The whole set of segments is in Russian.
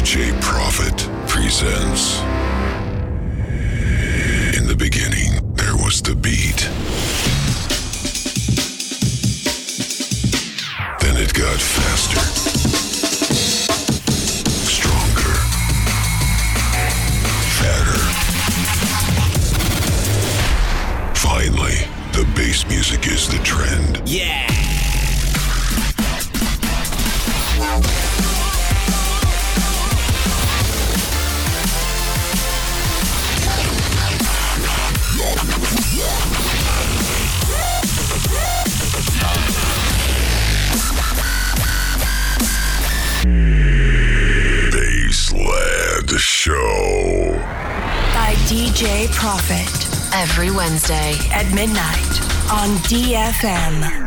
DJ Prophet presents. In the beginning, there was the beat. Then it got faster, stronger, fatter. Finally, the bass music is the trend. Yeah! Bassland Show by DJ Prophet every Wednesday at midnight on DFM.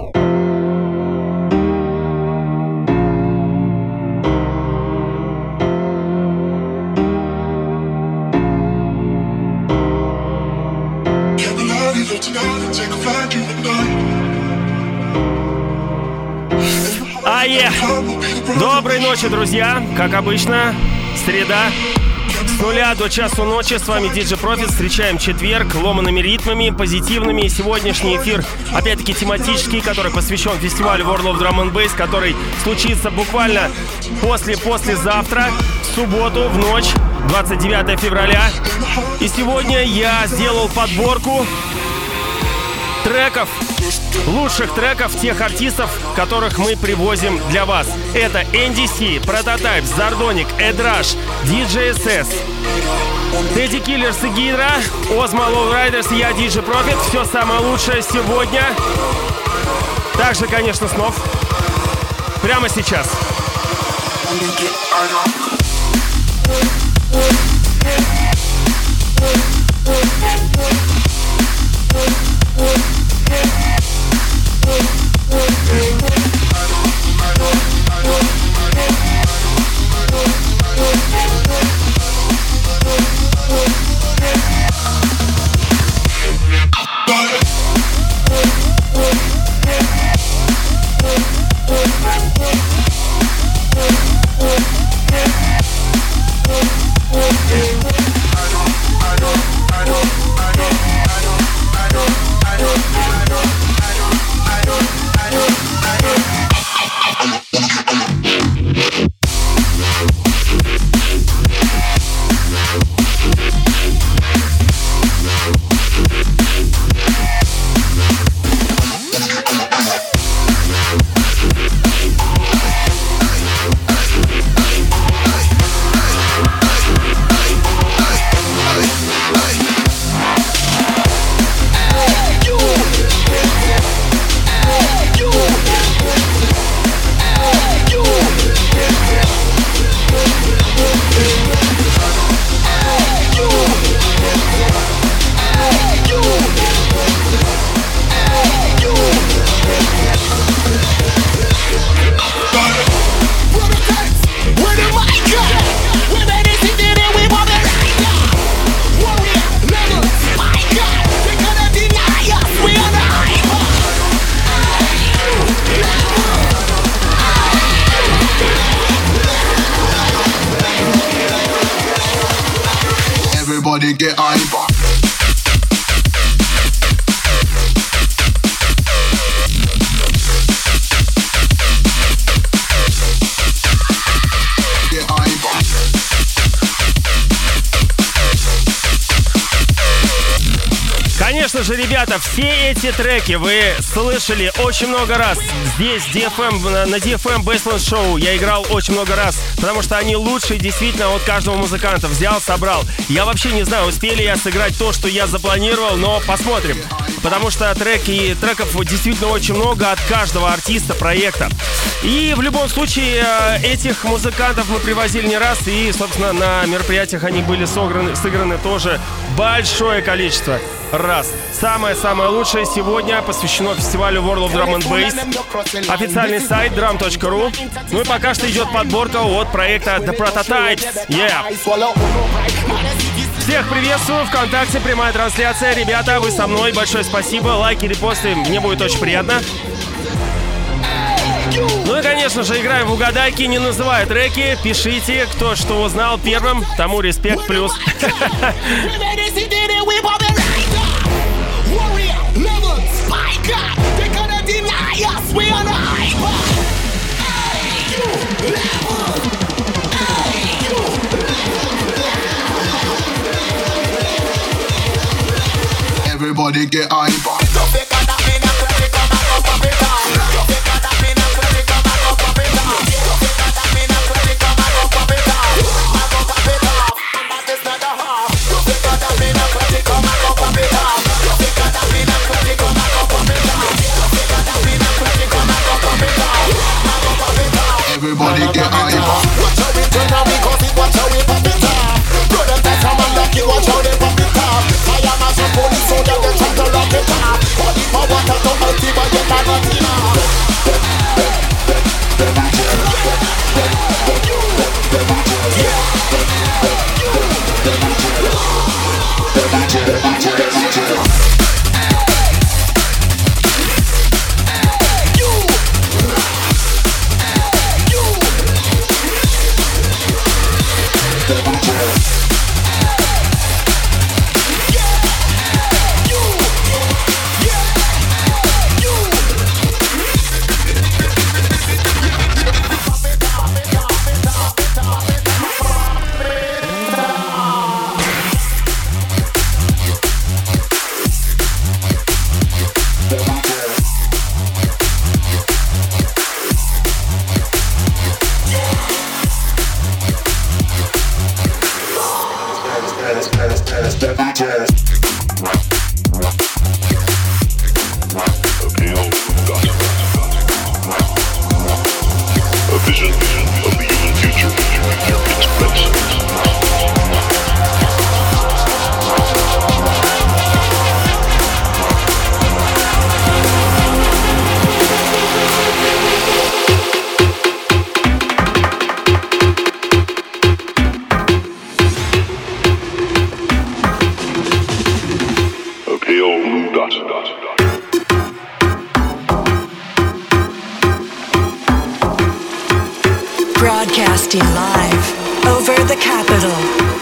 Доброй ночи, друзья! Как обычно, среда, с 0 до часу ночи. С вами DJ Prophet. Встречаем четверг ломаными ритмами, позитивными. Сегодняшний эфир, опять-таки, тематический, который посвящен фестивалю World of Drum and Bass, который случится буквально послезавтра, в субботу, в ночь, 29 февраля. И сегодня я сделал подборку треков, лучших треков тех артистов, которых мы привозим для вас. Это NDC, Prototype, Zardonic, Эдраш, DJ SS, Teddy Killers и Гидра, Ozma Lowriders и я, DJ Prophet. Все самое лучшее сегодня. Также, конечно, снов. Прямо сейчас. Get hyper. Конечно же, ребята, все эти треки вы слышали очень много раз. Здесь DFM, на DFM Bassland Show я играл очень много раз, потому что они лучшие действительно от каждого музыканта. Взял, собрал. Я вообще не знаю, успели я сыграть то, что я запланировал, но посмотрим. Потому что треков действительно очень много от каждого артиста, проекта. И в любом случае этих музыкантов мы привозили не раз. И, собственно, на мероприятиях они были сыграны тоже большое количество раз. Самое-самое лучшее сегодня посвящено фестивалю World of Drum and Bass. Официальный сайт drum.ru. Ну и пока что идет подборка от проекта The Prototypes. Yeah. Всех приветствую, ВКонтакте, прямая трансляция. Ребята, вы со мной, большое спасибо. Лайки, репосты, мне будет очень приятно. Ну и, конечно же, играем в угадайки, не называя треки. Пишите, кто что узнал первым, тому респект плюс. Everybody get hyper. Everybody get hyper. Watch how we turn on because it watch how we pop it off. Brother, that's how man lucky. Watch how they pop it off. Fire mash and police so that they try to lock it off. Body for water to empty but you cannot enough. Broadcasting live over the capital.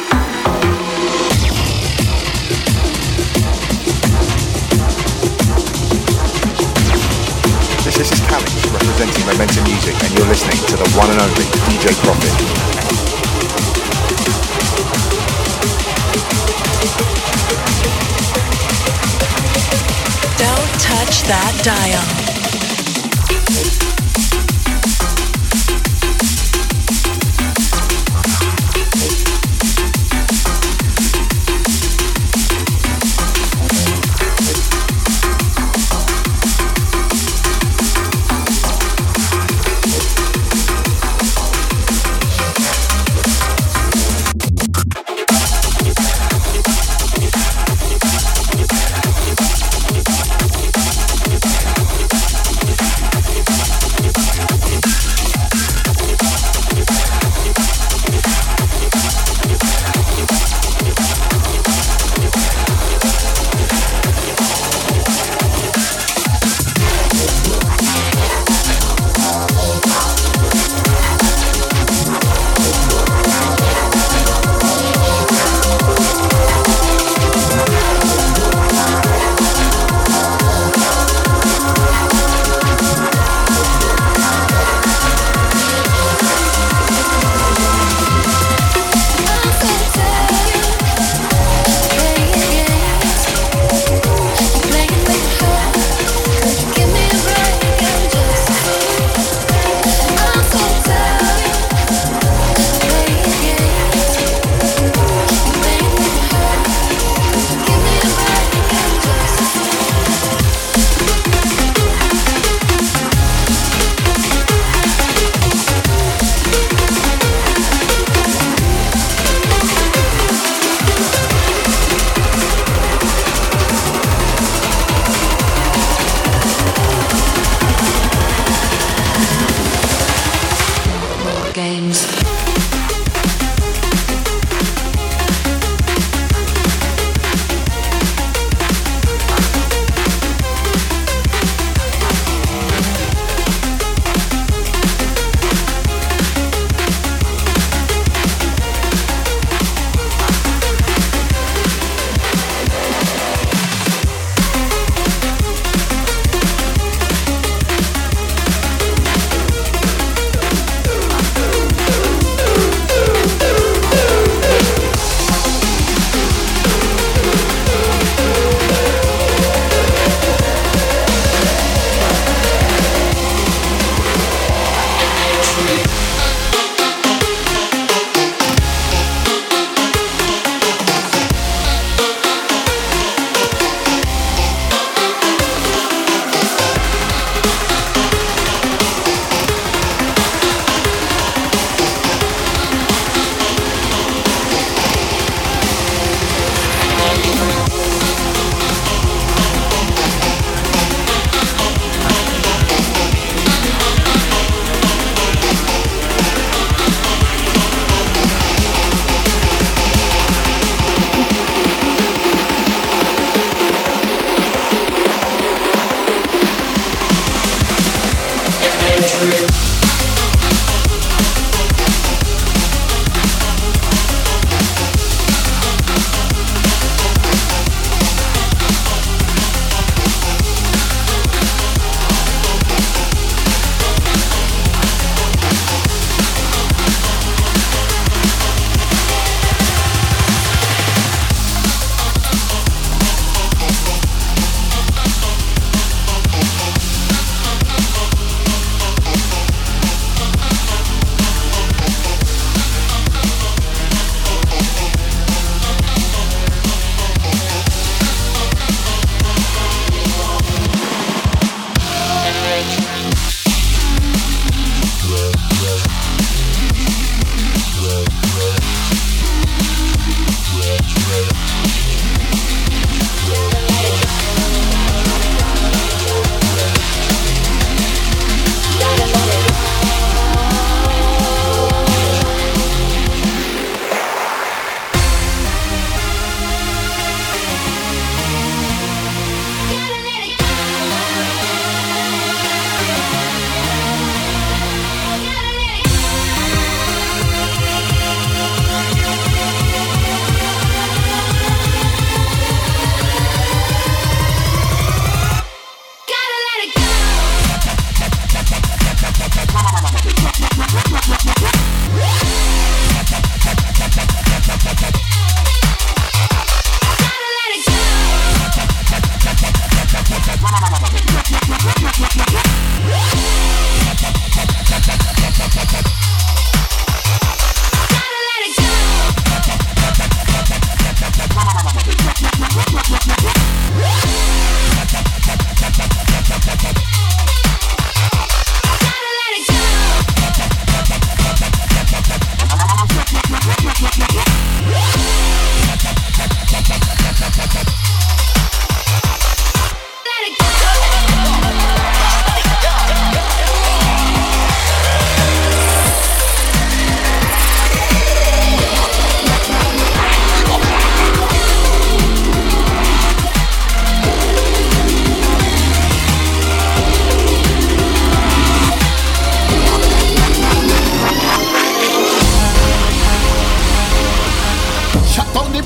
This is Calix representing Momentum Music, and you're listening to the one and only DJ Profit. Don't touch that dial.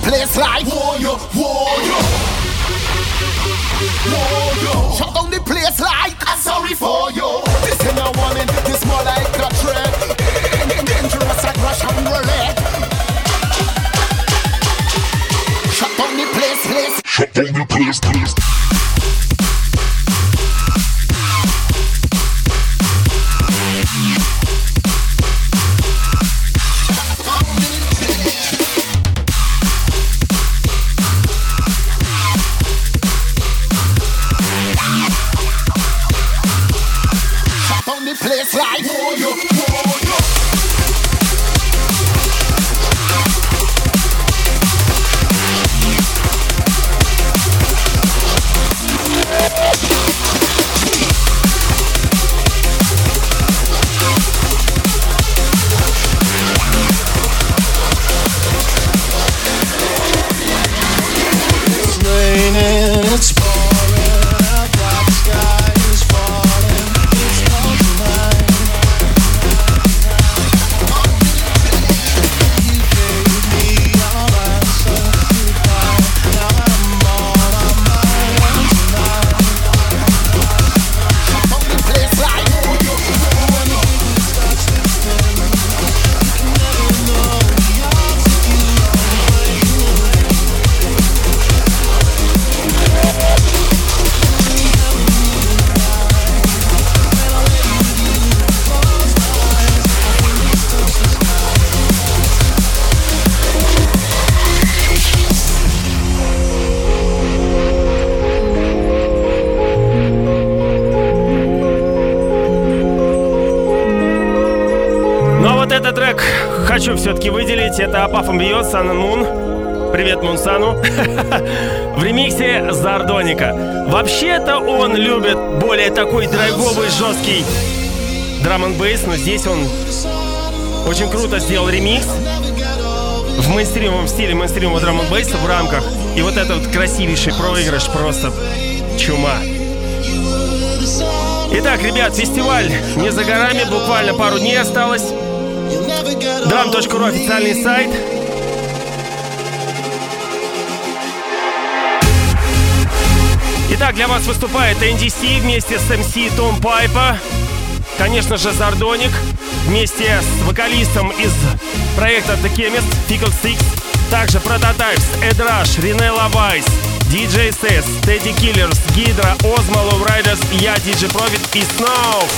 place like whoa yo, whoa yo. Whoa yo. Shut down the place like I'm sorry for you. This ain't a warning, this more like a threat. Dangerous like Russian roulette. Shut down the place, place. Shut down the place, place. Place like whoa yo, whoa yo. It's raining, it's pouring, a black sky is falling. It's cold tonight. You gave me your answer goodbye. Now I'm all on my own tonight. Shut down the place like whoa yo, whoa yo. When it starts to spin, you can never know the odds of you Ну а вот этот трек хочу все-таки выделить. Это Above and Beyond, Sun and Moon. Привет Мунсану. В ремиксе Зардоника. Вообще-то он любит более такой драйвовый, жесткий драм-н-бейс, но здесь он очень круто сделал ремикс в мейнстримовом стиле, мейнстримового драм-н-бейса в рамках. И вот этот вот красивейший проигрыш просто чума. Итак, ребят, фестиваль не за горами, буквально пару дней осталось. Drum.ru официальный сайт. Итак, для вас выступает NDC вместе с MC Том Пайпа. Конечно же, Зардоник вместе с вокалистом из проекта The Chemist, Fickle Six. Также Prototypes, Ed Rush, Rinella Weiss, DJ Sass, Teddy Killers, Gidra, Ozma, Lowriders, я, DJ Profit и Snow.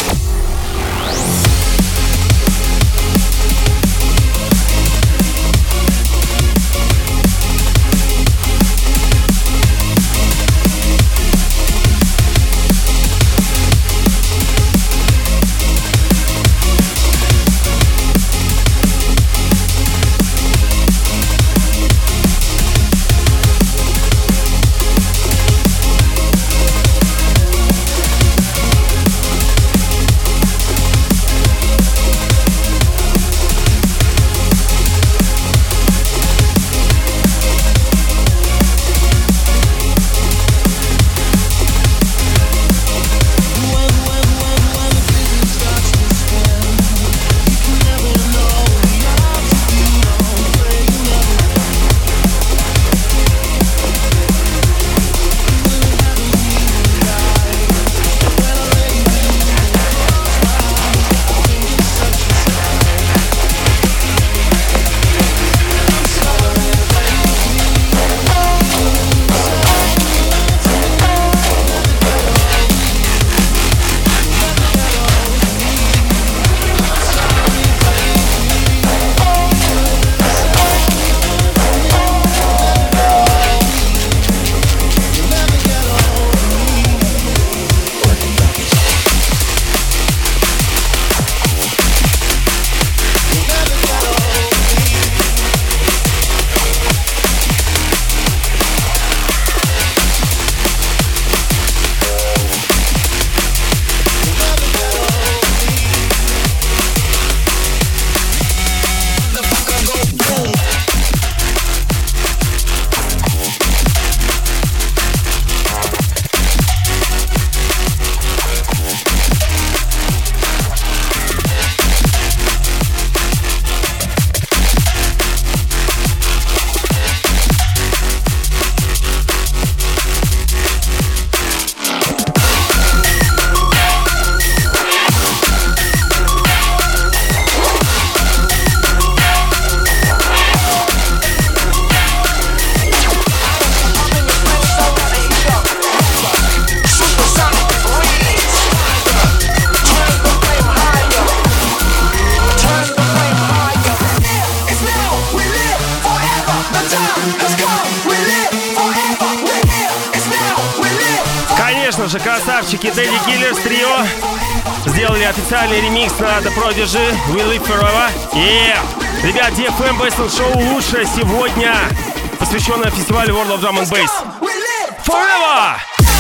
конечно же, красавчики Дэдди Киллерс трио сделали официальный ремикс на The Prodigy We Live Forever. Ребят, DFM Bassline Show лучшее сегодня, посвященное фестивалю World of Drum and Bass. Forever!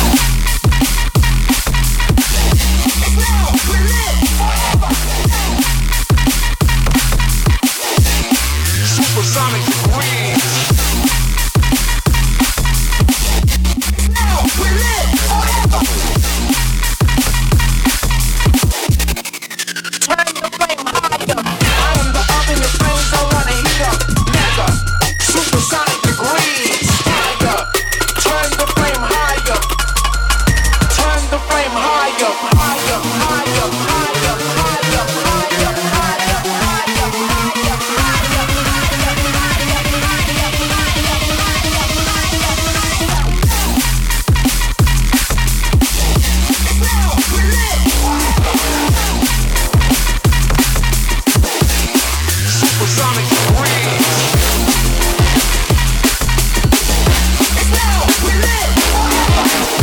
Supersonic degrees. Now we live forever. Turn the flame higher. I am the oven, your flames don't wanna heat up. Never. Supersonic degrees. Higher. Turn the flame higher. Turn the flame higher. Higher, higher, higher, higher, higher, higher, higher, Supersonic degrees. Now we live forever.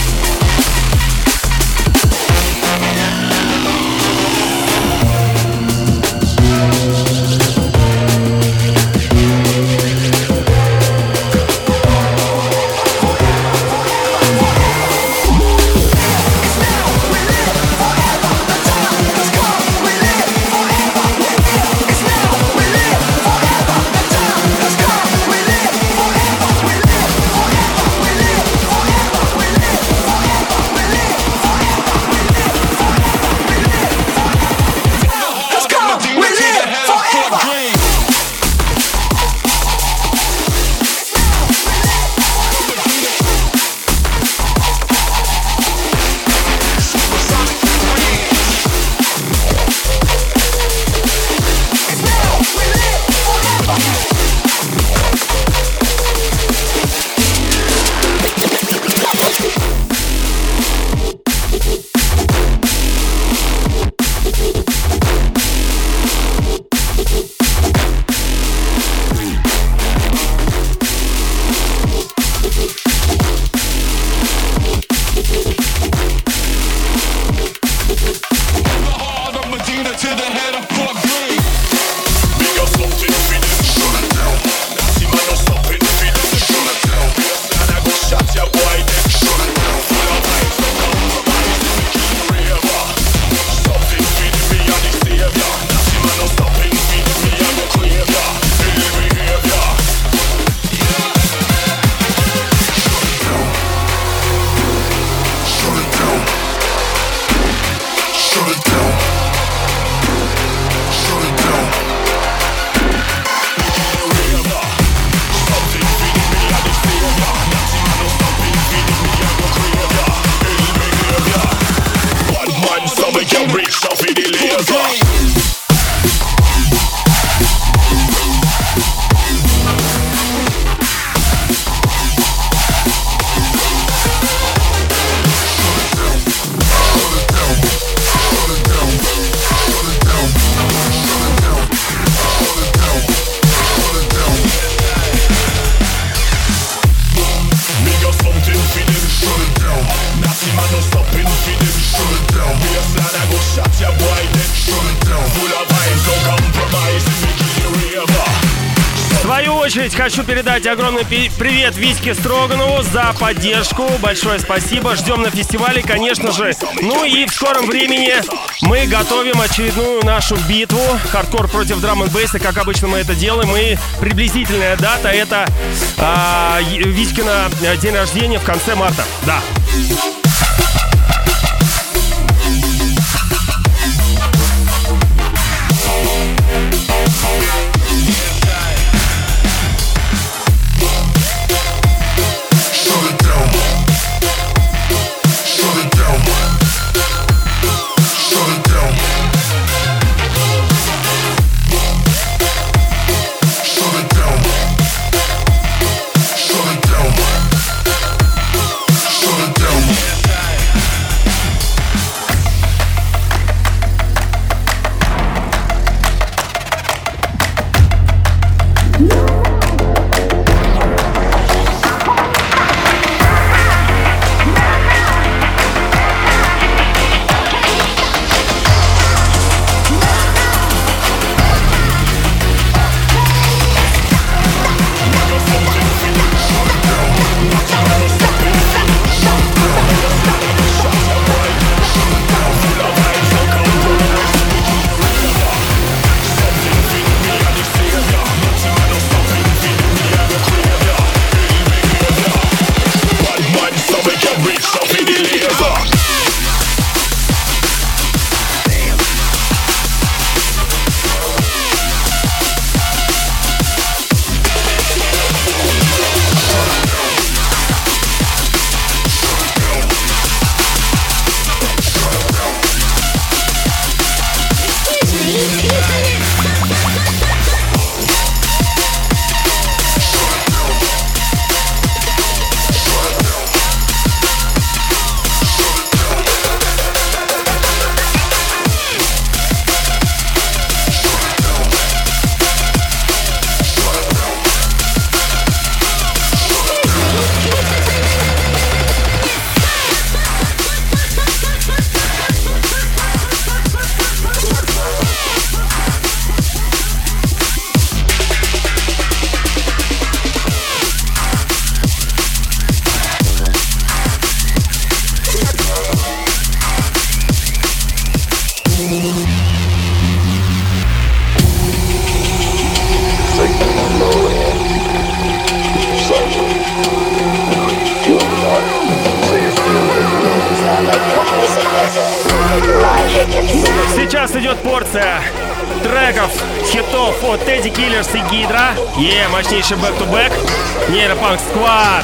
Хочу передать огромный привет Витьке Строганову за поддержку. Большое спасибо. Ждем на фестивале, конечно же. Ну и в скором времени мы готовим очередную нашу битву. Хардкор против драм-н-бейса, как обычно мы это делаем. И приблизительная дата — это Витькина день рождения в конце марта. Да. Shut it down. Сейчас идет порция треков, хитов от Teddy Killers и Гидра. Мощнейший бэк-то-бэк. Нейропанк Сквад.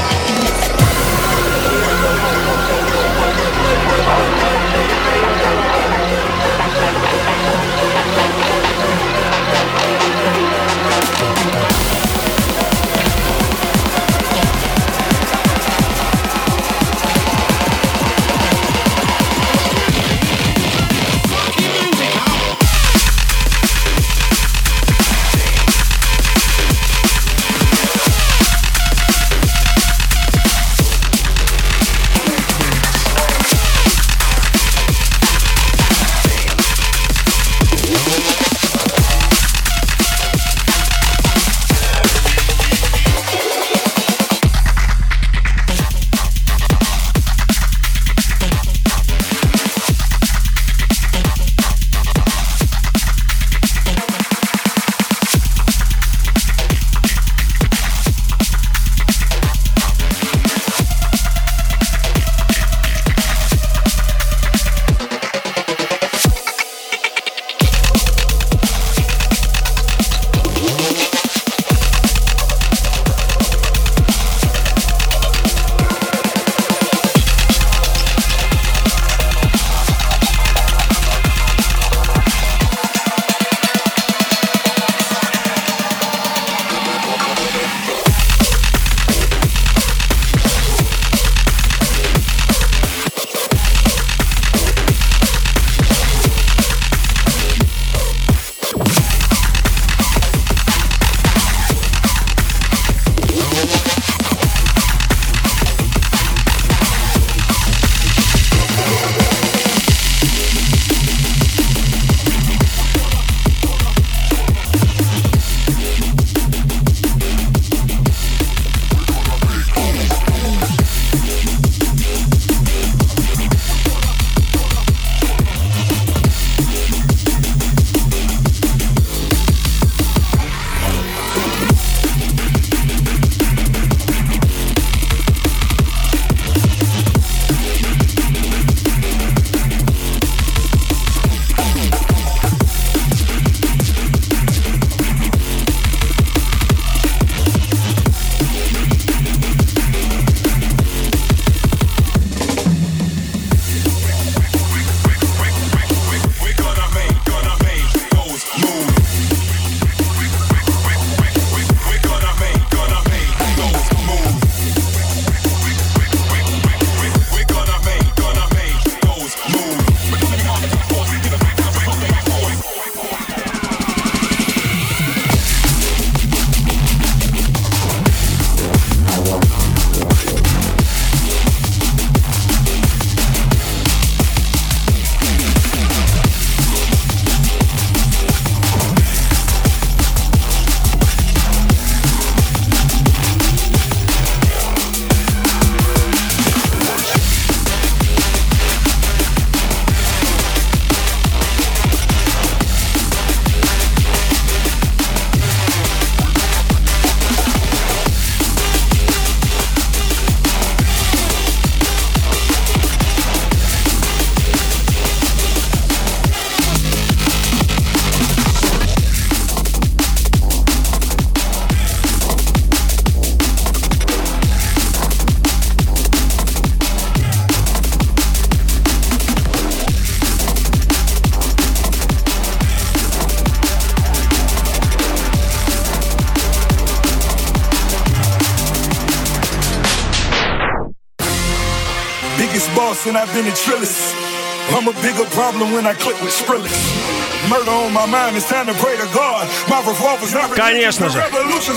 boss and I've been in Trillis. I'm a bigger problem when I click with Skrillex. Murder on my mind, it's time to pray to God. My revolver's not Конечно же.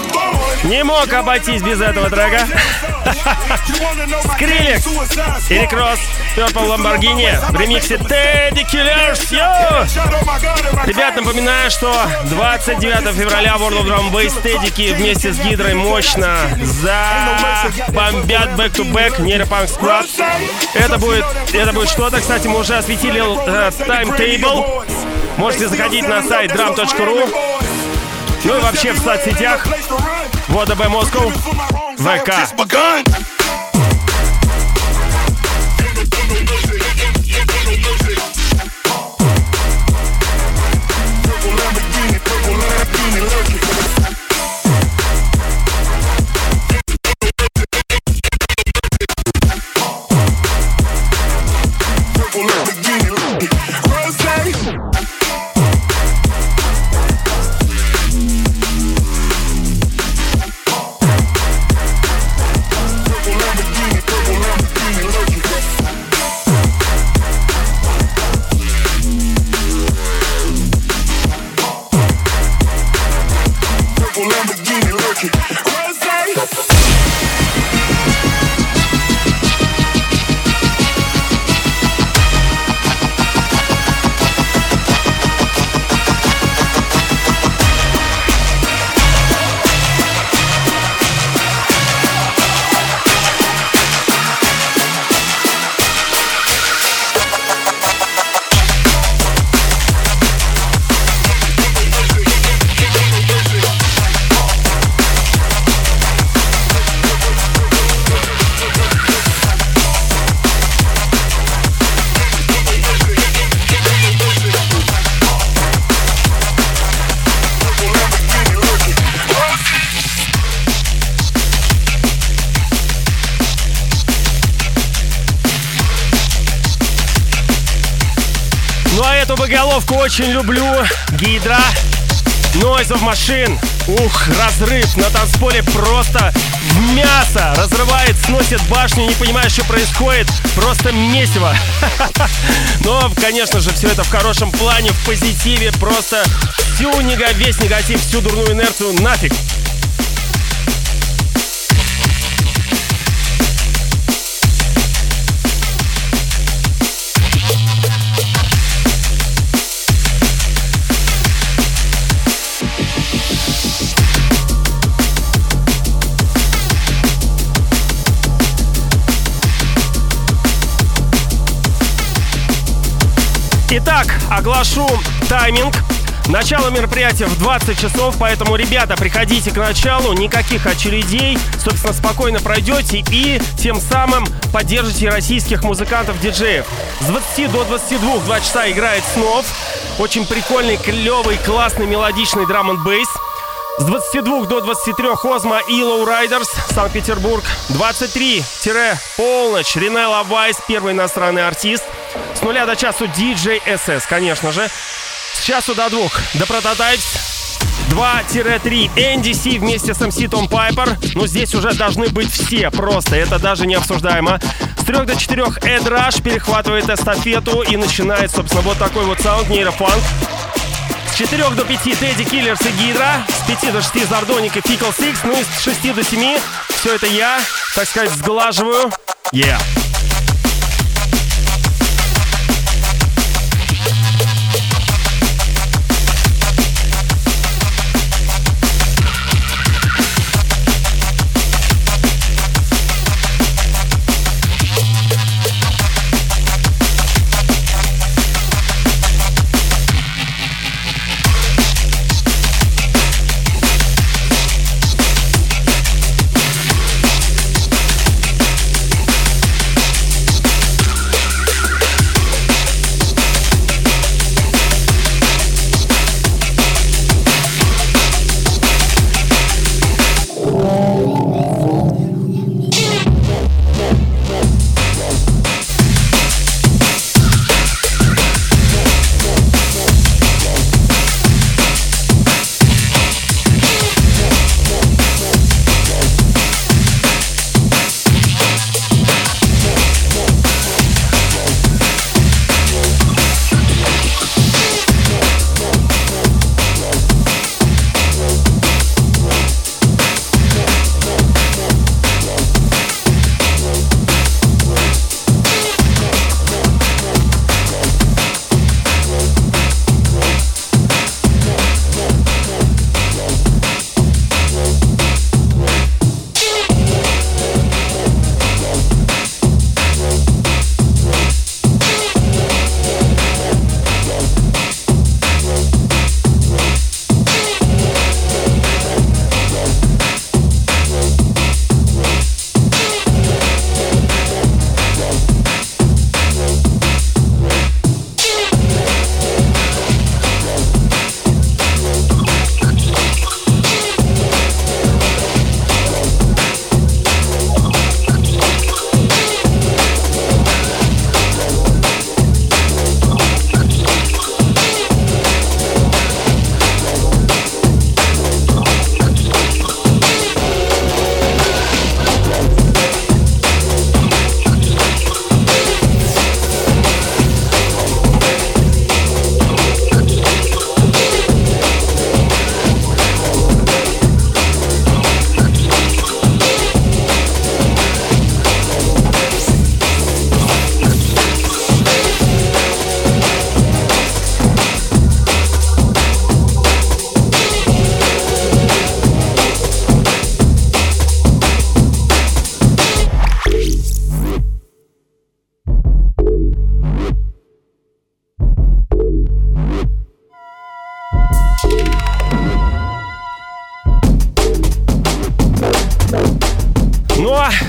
Не мог обойтись без этого трека. Скриллекс, Эрик Росс, Purple Lamborghini в ремиксе Teddy Killers. Ребят, напоминаю, что 29 февраля World of Drum Bass Тедики вместе с Гидрой мощно забомбят back-to-back Нейропанк Сквад. Это будет что-то. Кстати, мы уже осветили таймтейбл. Можете заходить на сайт drum.ru. Ну и вообще в соцсетях ВДБ Москва, ВК. Purple Lamborghini lurking. Rose. Ну а эту боголовку очень люблю. Гидра, Noise of Machine. Ух, разрыв на танцполе просто в мясо. Разрывает, сносит башню, не понимаешь, что происходит. Просто месиво. Но, конечно же, все это в хорошем плане, в позитиве. Просто весь негатив, всю дурную инерцию нафиг. Итак, оглашу тайминг. Начало мероприятия в 20 часов, поэтому, ребята, приходите к началу, никаких очередей, собственно, спокойно пройдете и тем самым поддержите российских музыкантов-диджеев. С 20 до 22 2 часа играет Снов, очень прикольный, клевый, классный, мелодичный драм-н-бейс. С 22 до 23 Озма и Lowriders, Санкт-Петербург. 23-полночь Ринелла Вайс, первый иностранный артист. С 0 до часу DJ SS, конечно же. С часу до 2 The Prototypes. 2-3 NDC вместе с MC Tom Piper. Ну, здесь уже должны быть все просто, это даже не обсуждаемо. С 3 до 4 Ed Rush перехватывает эстафету и начинает, собственно, вот такой вот саунд, нейрофанк. С 4 до 5 Teddy Killers и Гидра. С 5 до 6 Зардоник и Fickle Six. Ну и с 6 до 7 все это я, так сказать, сглаживаю. Yeah.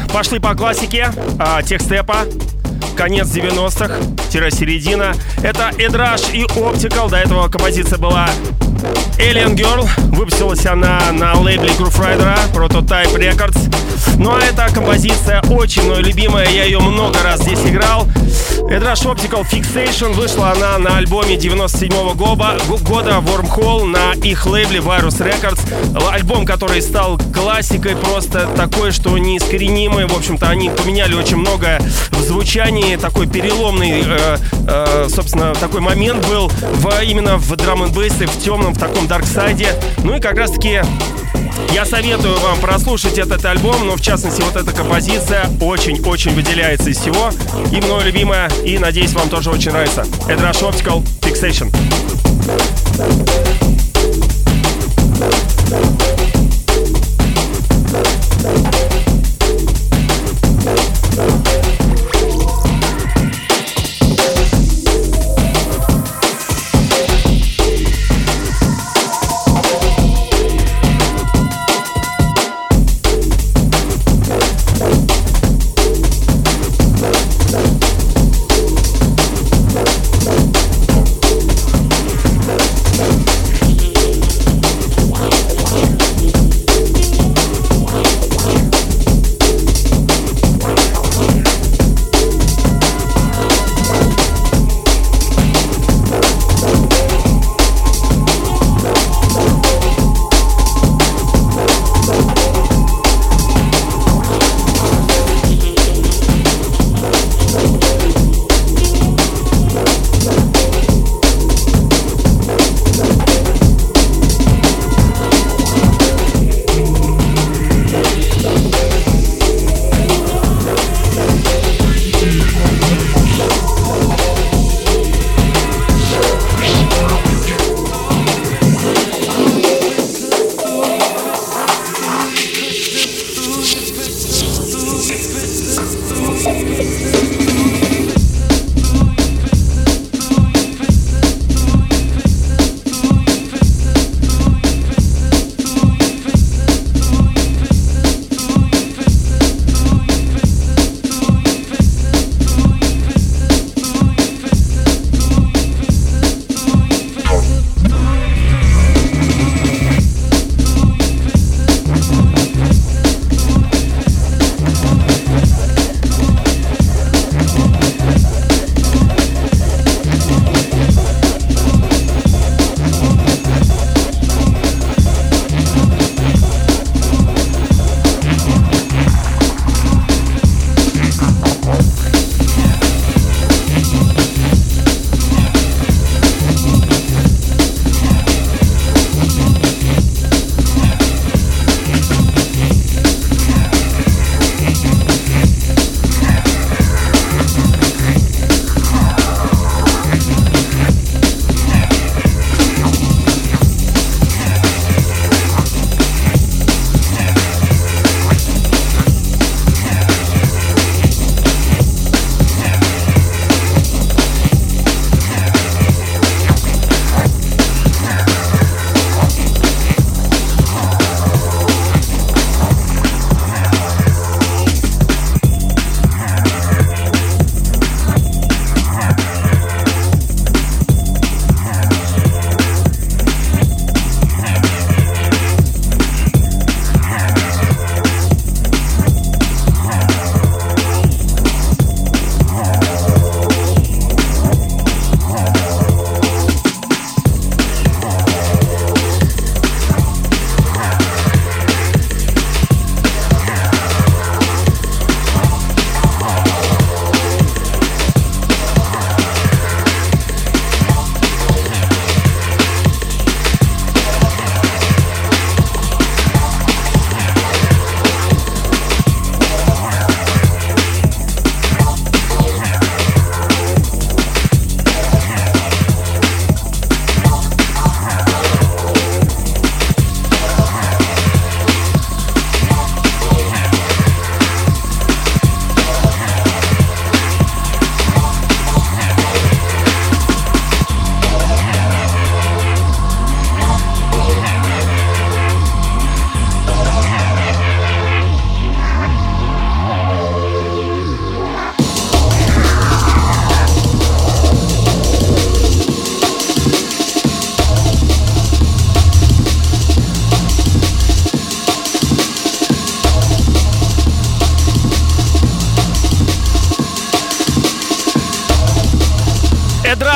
Пошли по классике техстепа. Конец 90-х-середина. Это Эдраш и Optical. До этого композиция была Alien Girl. Выпустилась она на лейбле Groove Rider, Prototype Records. Ну а эта композиция очень мной любимая. Я ее много раз здесь играл. Эдраш Optical Fixation. Вышла она на альбоме 97-го года Wormhole на их лейбле Virus Records. Альбом, который стал классикой, просто такой, что неискоренимый. В общем-то, они поменяли очень многое в звучании. Такой переломный, собственно, такой момент был именно в драм-н-бейсе, в темном, в таком дарксайде. Ну и как раз-таки я советую вам прослушать этот альбом, но в частности вот эта композиция очень-очень выделяется из всего. И мною любимая, и надеюсь, вам тоже очень нравится. Эдраш Optical Fixation.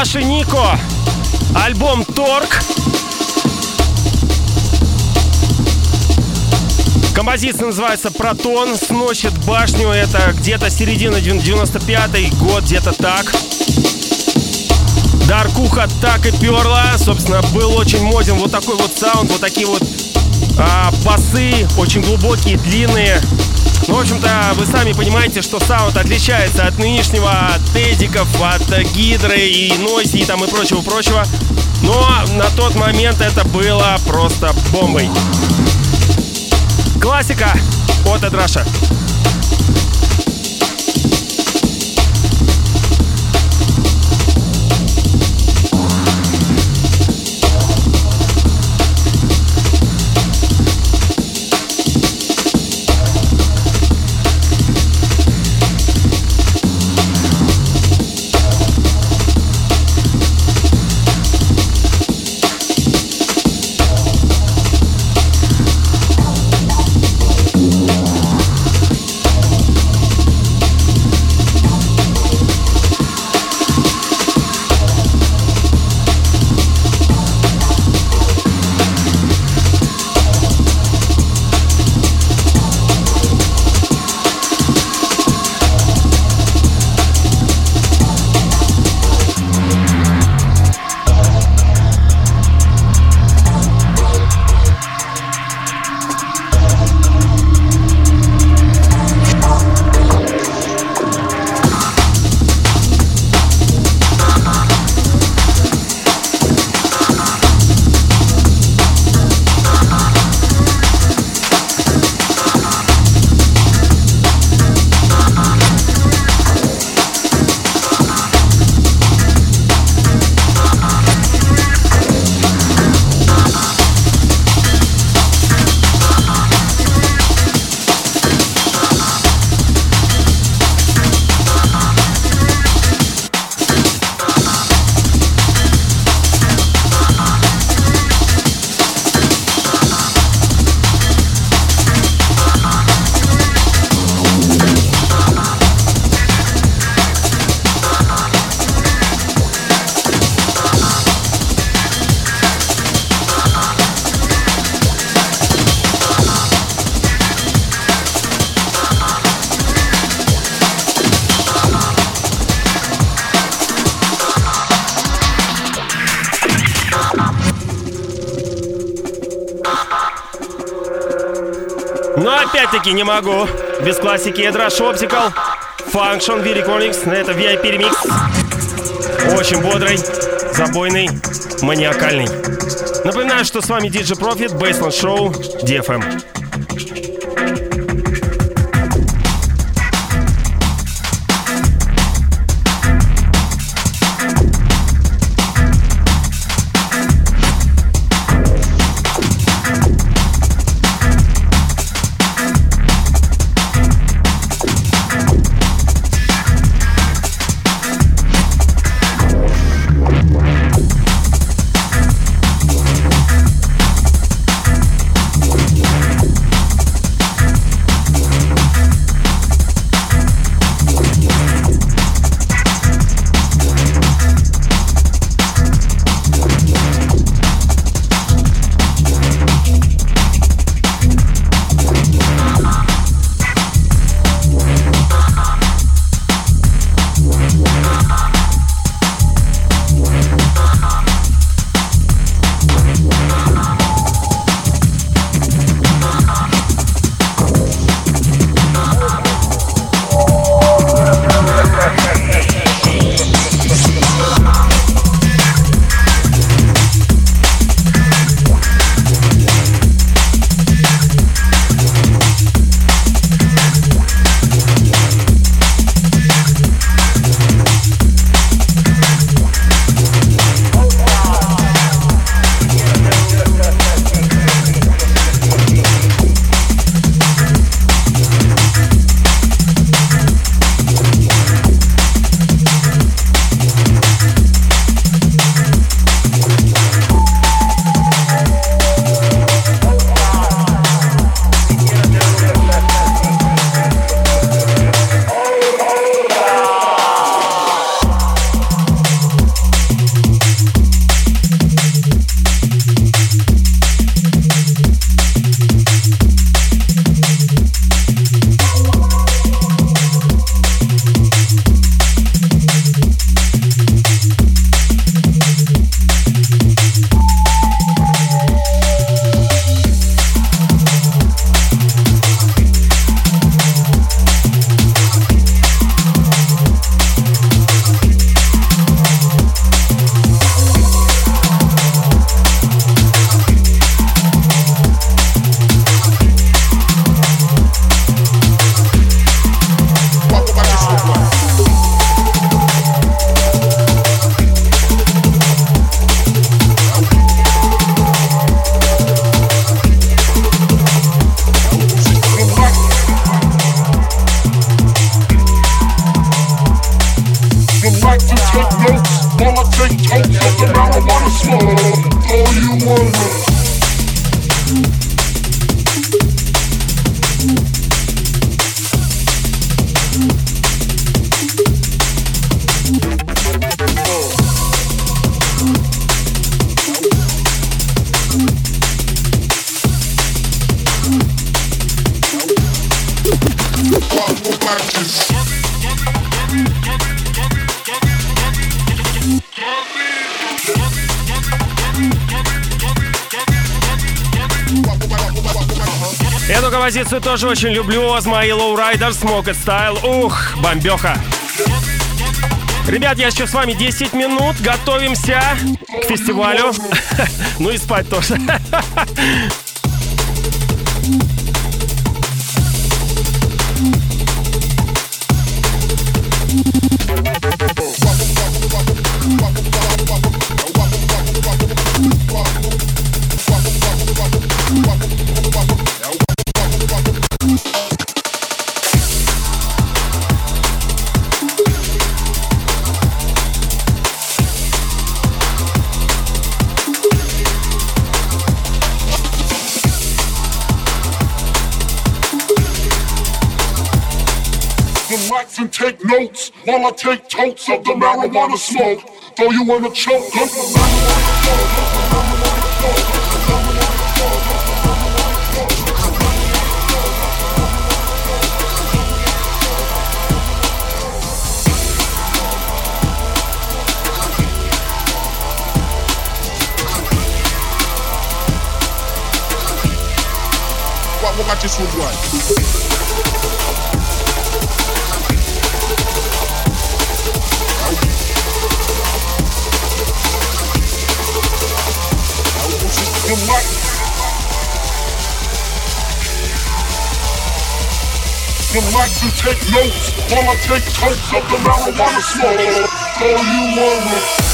Саши Нико. Альбом «Торг». Композиция называется «Протон». Сносит башню. Это где-то середина 95-й год, где-то так. Даркуха так и перла. Собственно, был очень моден вот такой вот саунд, вот такие вот басы, очень глубокие, длинные. Ну, в общем-то, вы сами понимаете, что саунд отличается от нынешнего, от Эдиков, от Гидры и Нойси и там и прочего-прочего. Но на тот момент это было просто бомбой. Классика от Эдраша. Но опять-таки не могу без классики Эдраsh Optical Function V-Recordings. Это VIP ремикс. Очень бодрый, забойный, маниакальный. Напоминаю, что с вами DJ Profit, Baseline Show, DFM. Эту композицию тоже очень люблю. Ozma и Lowrider, Smoked Style. Ух, бомбеха. Ребят, я еще с вами 10 минут. Готовимся к фестивалю. Ну и спать тоже. Relax and take notes while I take totes of the marijuana smoke. Throw you in a choke. What got this one right? Relax and take notes while I take totes of the marijuana smoke. All you want.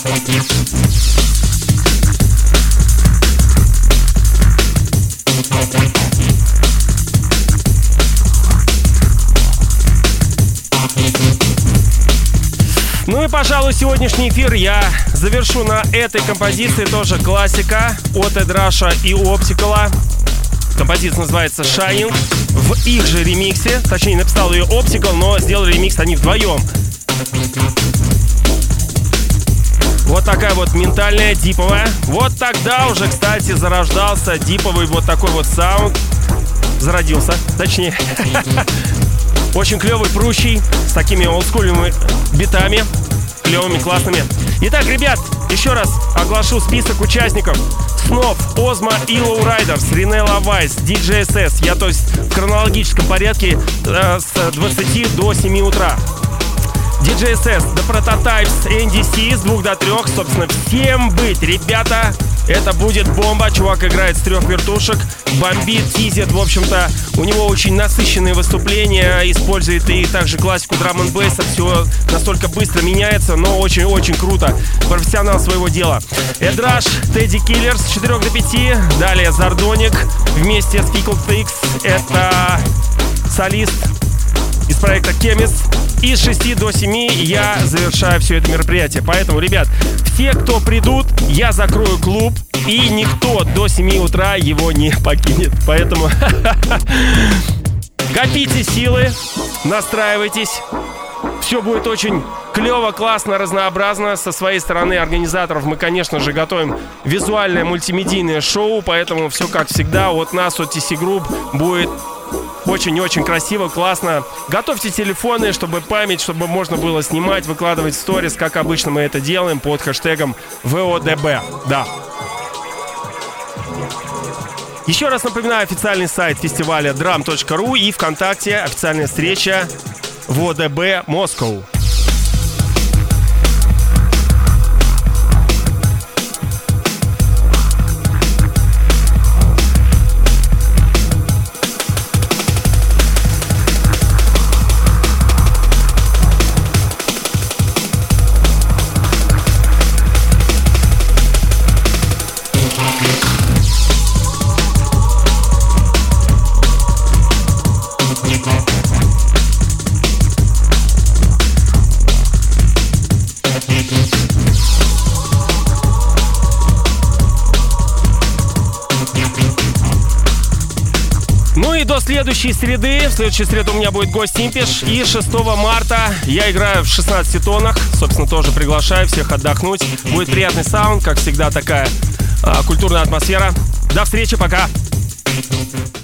Ну и, пожалуй, сегодняшний эфир я завершу на этой композиции. Тоже классика от Эдраша и Оптикала. Композиция называется Shining. В их же ремиксе, точнее, написал ее Optical, но сделали ремикс они вдвоем. Вот такая вот ментальная, диповая. Вот тогда уже, кстати, зарождался диповый вот такой вот саунд. Зародился, точнее. Очень клевый, прущий, с такими олдскульными битами, клевыми, классными. Итак, ребят, еще раз оглашу список участников. Снов, Озма и Lowriders, Ринелла Вайс, DJ SS. Я, то есть, в хронологическом порядке с 20 до 7 утра. DJ SS, The Prototypes, NDC с 2 до 3. Собственно, всем быть, ребята. Это будет бомба. Чувак играет с 3 вертушек, бомбит, тизит. В общем-то, у него очень насыщенные выступления. Использует и также классику драм-н-бейса. Все настолько быстро меняется, но очень-очень круто. Профессионал своего дела. Эдраш, Тедди Киллер с 4 до 5. Далее Зардоник вместе с Fickle Fix. Это солист из проекта Chemist. И с 6 до 7 я завершаю все это мероприятие. Поэтому, ребят, все, кто придут, я закрою клуб, и никто до 7 утра его не покинет. Поэтому копите силы, настраивайтесь. Все будет очень клево, классно, разнообразно. Со своей стороны организаторов мы, конечно же, готовим визуальное мультимедийное шоу. Поэтому все как всегда от нас, от TC Group, будет очень-очень красиво, классно. Готовьте телефоны, чтобы память, чтобы можно было снимать, выкладывать в сторис, как обычно мы это делаем, под хэштегом ВОДБ. Да. Еще раз напоминаю, официальный сайт фестиваля drum.ru и ВКонтакте официальная встреча ВОДБ Москва. До следующей среды. В следующей среду у меня будет гость Симпиш. И 6 марта я играю в 16 тонах. Собственно, тоже приглашаю всех отдохнуть. Будет приятный саунд, как всегда, такая культурная атмосфера. До встречи, пока!